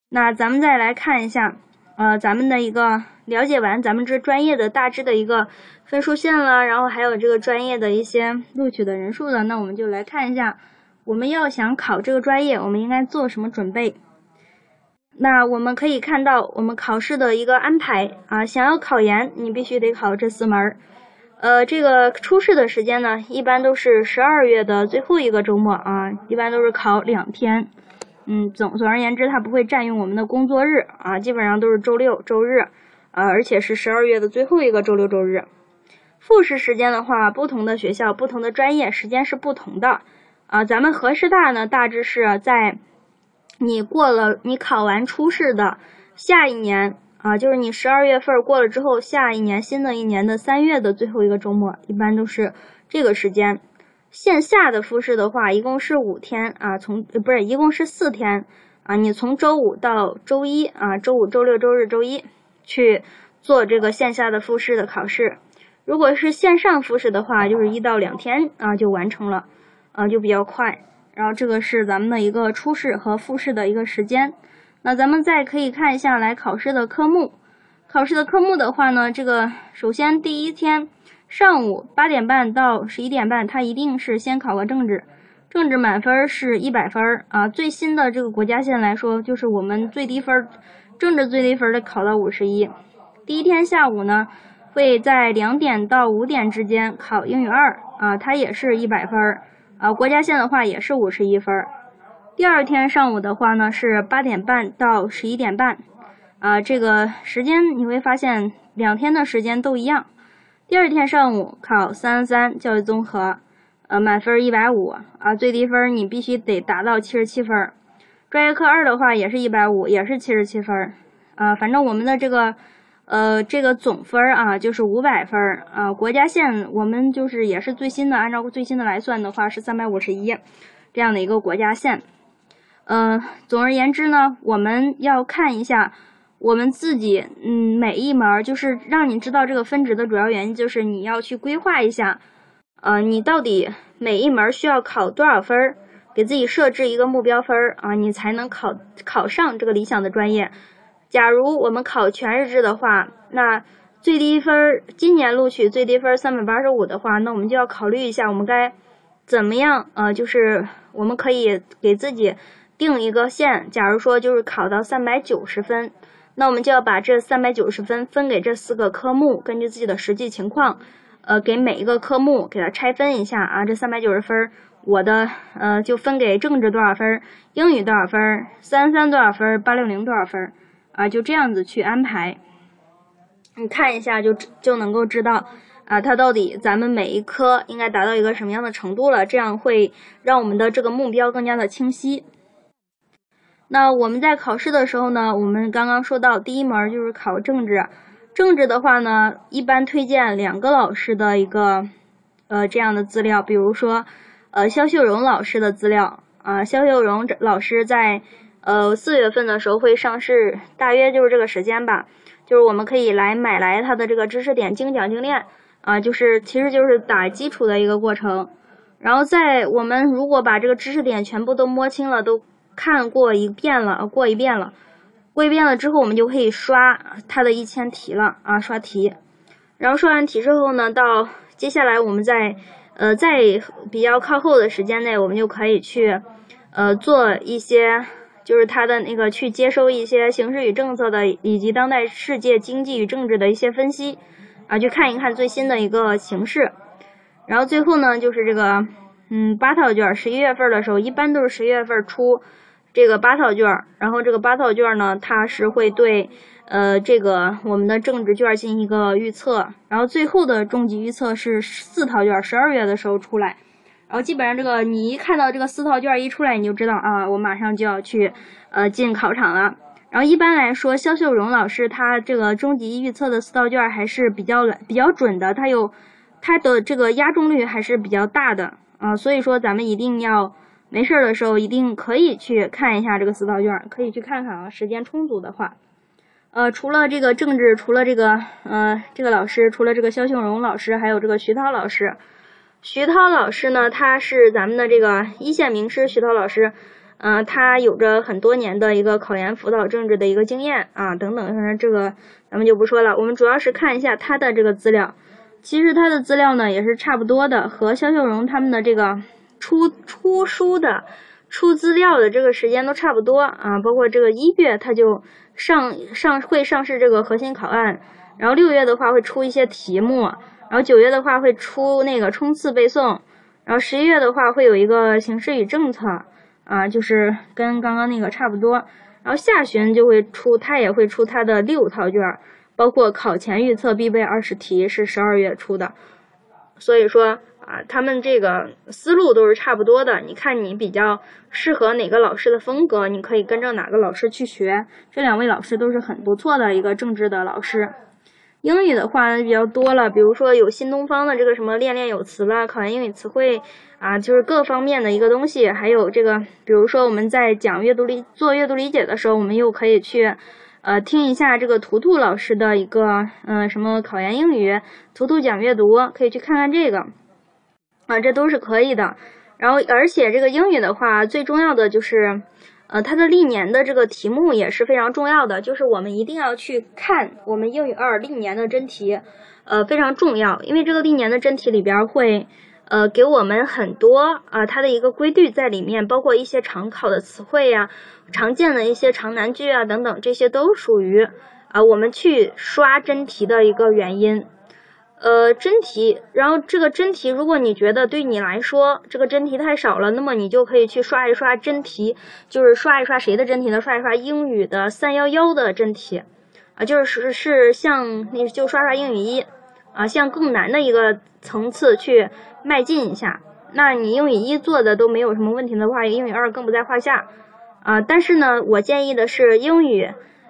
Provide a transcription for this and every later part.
那咱们再来看一下，咱们的一个了解完咱们这专业的大致的一个分数线了，然后还有这个专业的一些录取的人数了，那我们就来看一下，我们要想考这个专业，我们应该做什么准备？那我们可以看到我们考试的一个安排啊，想要考研，你必须得考这4门。这个初试的时间呢，一般都是12月的最后一个周末啊，一般都是考2天。总而言之，它不会占用我们的工作日啊，基本上都是周六、周日，而且是12月的最后一个周六、周日。复试时间的话，不同的学校、不同的专业时间是不同的啊。咱们河师大呢，大致是在你考完初试的下一年啊，就是你12月份过了之后，下一年新的一年的3月的最后一个周末，一般都是这个时间。线下的复试的话，一共是5天啊，一共是4天啊。你从周五到周一啊，周五、周六、周日、周一去做这个线下的复试的考试。如果是线上复试的话，就是1到2天啊就完成了，就比较快。然后这个是咱们的一个初试和复试的一个时间。那咱们再可以看一下来考试的科目。考试的科目的话呢，这个首先第一天上午8点半到11点半，它一定是先考个政治，政治满分是100分啊。最新的这个国家线来说，就是我们最低分，政治最低分的考到51。第一天下午呢，会在2点到5点之间考英语2啊，它也是100分啊，国家线的话也是51分。第二天上午的话呢，是8点半到11点半啊，这个时间你会发现2天的时间都一样。第二天上午考333教育综合，满分150啊，最低分你必须得达到77分。专业课2的话也是150，也是77分啊。反正我们的这个总分啊就是500分啊。国家线我们就是也是最新的，按照最新的来算的话是351这样的一个国家线。总而言之呢，我们要看一下我们自己每一门，就是让你知道这个分值的主要原因，就是你要去规划一下你到底每一门需要考多少分，给自己设置一个目标分啊，你才能考上这个理想的专业。假如我们考全日制的话，那最低分今年录取最低分385的话，那我们就要考虑一下我们该怎么样就是我们可以给自己定一个线，假如说就是考到390分，那我们就要把这390分分给这4个科目，根据自己的实际情况给每一个科目给它拆分一下啊，这390分我的就分给政治多少分，英语多少分，333多少分，860多少分啊，就这样子去安排。你看一下就能够知道啊，它到底咱们每一科应该达到一个什么样的程度了，这样会让我们的这个目标更加的清晰。那我们在考试的时候呢，我们刚刚说到第一门就是考政治。政治的话呢，一般推荐2个老师的一个这样的资料，比如说肖秀荣老师的资料啊，肖秀荣老师在4月份的时候会上市，大约就是这个时间吧，就是我们可以买来他的这个知识点精讲精练啊，其实就是打基础的一个过程。然后我们如果把这个知识点全部都摸清了，都看过一遍了之后，我们就可以刷它的1000题了啊，刷题。然后刷完题之后呢，到接下来我们在比较靠后的时间内，我们就可以去做一些就是它的那个去接收一些形势与政策的以及当代世界经济与政治的一些分析啊，去看一看最新的一个形势。然后最后呢，就是这个8套卷，11月份的时候一般都是11月份出这个8套卷，然后这个8套卷呢，它是会对这个我们的政治卷进行一个预测，然后最后的终极预测是4套卷，12月的时候出来。然后基本上这个你一看到这个4套卷一出来，你就知道啊，我马上就要去进考场了。然后一般来说，肖秀荣老师他这个终极预测的4套卷还是比较准的，它的这个压中率还是比较大的啊，所以说咱们一定要没事的时候一定可以去看一下这个4套卷，可以去看看啊，时间充足的话。除了这个政治，除了这个老师，除了这个肖秀荣老师，还有这个徐涛老师。徐涛老师呢，他是咱们的这个一线名师，徐涛老师他有着很多年的一个考研辅导政治的一个经验啊，等等，反正这个咱们就不说了。我们主要是看一下他的这个资料。其实他的资料呢也是差不多的，和肖秀荣他们的这个出书的出资料的这个时间都差不多啊。包括这个1月他就会上市这个核心考案，然后6月的话会出一些题目，然后9月的话会出那个冲刺背诵，然后11月的话会有一个形势与政策啊，就是跟刚刚那个差不多。然后下旬就会出，他也会出他的6套卷，包括考前预测必备20题是12月出的。所以说啊，他们这个思路都是差不多的。你看你比较适合哪个老师的风格，你可以跟着哪个老师去学。这2位老师都是很不错的一个政治的老师。英语的话比较多了，比如说有新东方的这个什么练练有词啦，考研英语词汇啊，就是各方面的一个东西。还有这个，比如说我们在讲做阅读理解的时候，我们又可以去听一下这个图图老师的一个什么考研英语，图图讲阅读，可以去看看这个啊，这都是可以的。然后而且这个英语的话，最重要的就是它的历年的这个题目也是非常重要的，就是我们一定要去看我们英语2历年的真题，非常重要，因为这个历年的真题里边会给我们很多它的一个规律在里面，包括一些常考的词汇呀、常见的一些长难句啊等等，这些都属于我们去刷真题的一个原因。真题，然后这个真题，如果你觉得对你来说这个真题太少了，那么你就可以去刷一刷真题，就是刷一刷谁的真题呢？刷一刷英语的311的真题啊，就是像你就刷刷英语1啊，向更难的一个层次去迈进一下。那你英语1做的都没有什么问题的话，英语2更不在话下啊。但是呢，我建议的是英语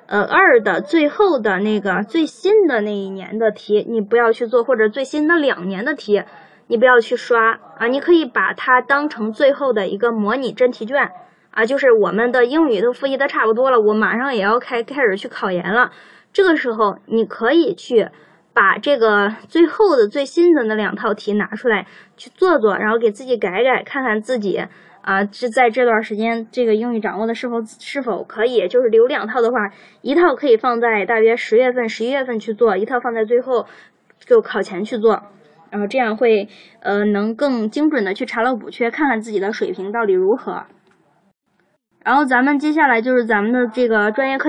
2的最后的那个最新的那一年的题你不要去做，或者最新的2年的题你不要去刷啊，你可以把它当成最后的一个模拟真题卷啊，就是我们的英语都复习的差不多了，我马上也要开始去考研了，这个时候你可以去把这个最后的最新的那2套题拿出来去做做，然后给自己改改，看看自己是在这段时间这个英语掌握的是否可以，就是留2套的话，一套可以放在大约10月份、11月份去做，一套放在最后就考前去做，然后这样会能更精准的去查漏补缺，看看自己的水平到底如何。然后咱们接下来就是咱们的这个专业课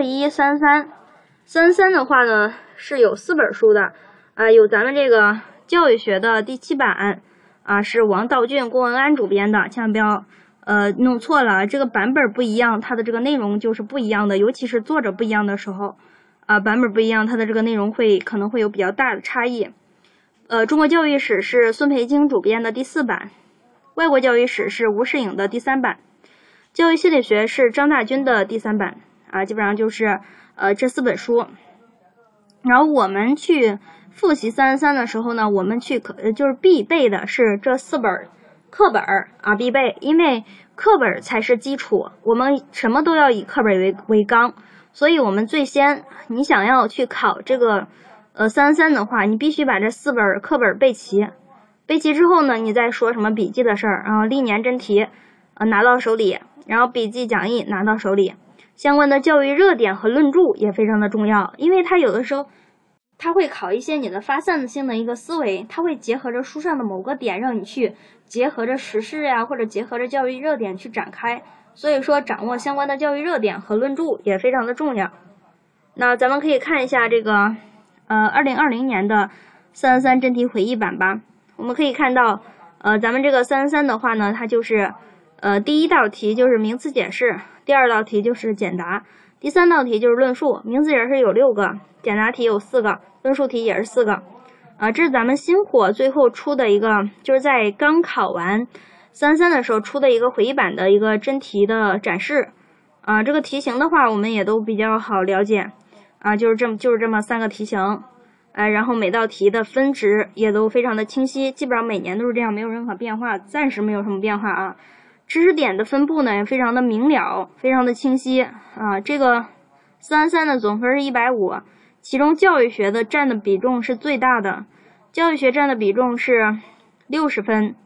133的话呢是有4本书的有咱们这个教育学的第7版是王道俊、郭文安主编的，千万不要弄错了，这个版本不一样，它的这个内容就是不一样的，尤其是作者不一样的时候版本不一样，它的这个内容可能会有比较大的差异。中国教育史是孙培京主编的第4版，外国教育史是吴世颖的第3版，教育心理学是张大军的第3版基本上就是这4本书。然后我们去复习333的时候呢，我们就是必备的是这4本课本必备，因为课本才是基础，我们什么都要以课本为纲，所以我们最先你想要去考这个333的话，你必须把这4本课本备齐之后呢，你再说什么笔记的事儿，然后历年真题拿到手里，然后笔记讲义拿到手里，相关的教育热点和论著也非常的重要，因为它有的时候它会考一些你的发散性的一个思维，它会结合着书上的某个点让你去结合着时事或者结合着教育热点去展开，所以说掌握相关的教育热点和论著也非常的重要。那咱们可以看一下这个2020年的333真题回忆版吧。我们可以看到咱们这个333的话呢，它就是第1道题就是名词解释，第2道题就是简答，第3道题就是论述。名词解释有6个，简答题有4个，论述题也是4个这是咱们星火最后出的一个，就是在刚考完333的时候出的一个回忆版的一个真题的展示这个题型的话我们也都比较好了解就是这么3个题型然后每道题的分值也都非常的清晰，基本上每年都是这样，没有任何变化，暂时没有什么变化知识点的分布呢也非常的明了，非常的清晰这个333的总分是150，其中教育学的占的比重是最大的，教育学占的比重是60分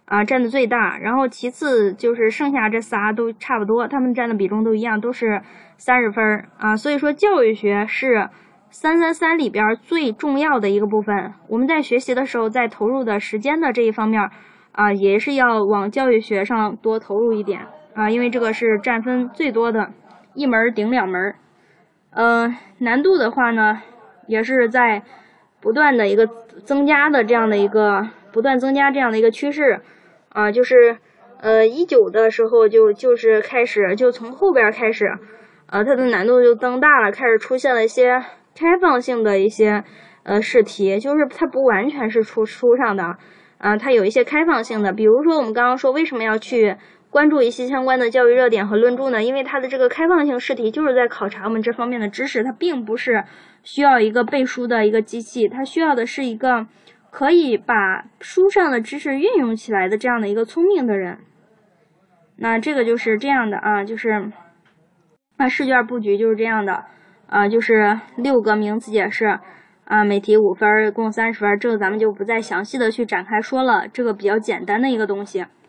占的最大，然后其次就是剩下这仨都差不多，他们占的比重都一样，都是30分啊。所以说教育学是333里边最重要的一个部分。我们在学习的时候，在投入的时间的这一方面也是要往教育学上多投入一点因为这个是占分最多的，一门顶2门。难度的话呢，也是在不断的一个增加的这样的一个趋势就是19的时候就是开始就从后边开始它的难度就增大了，开始出现了一些开放性的一些试题，就是它不完全是书上的它有一些开放性的，比如说我们刚刚说为什么要去关注一些相关的教育热点和论著呢？因为它的这个开放性试题就是在考察我们这方面的知识，它并不是需要一个背书的一个机器，它需要的是一个可以把书上的知识运用起来的这样的一个聪明的人。那这个就是这样的就是试卷布局就是这样的就是6个名词解释每题5分，共30分，这个咱们就不再详细的去展开说了，这个比较简单的一个东西。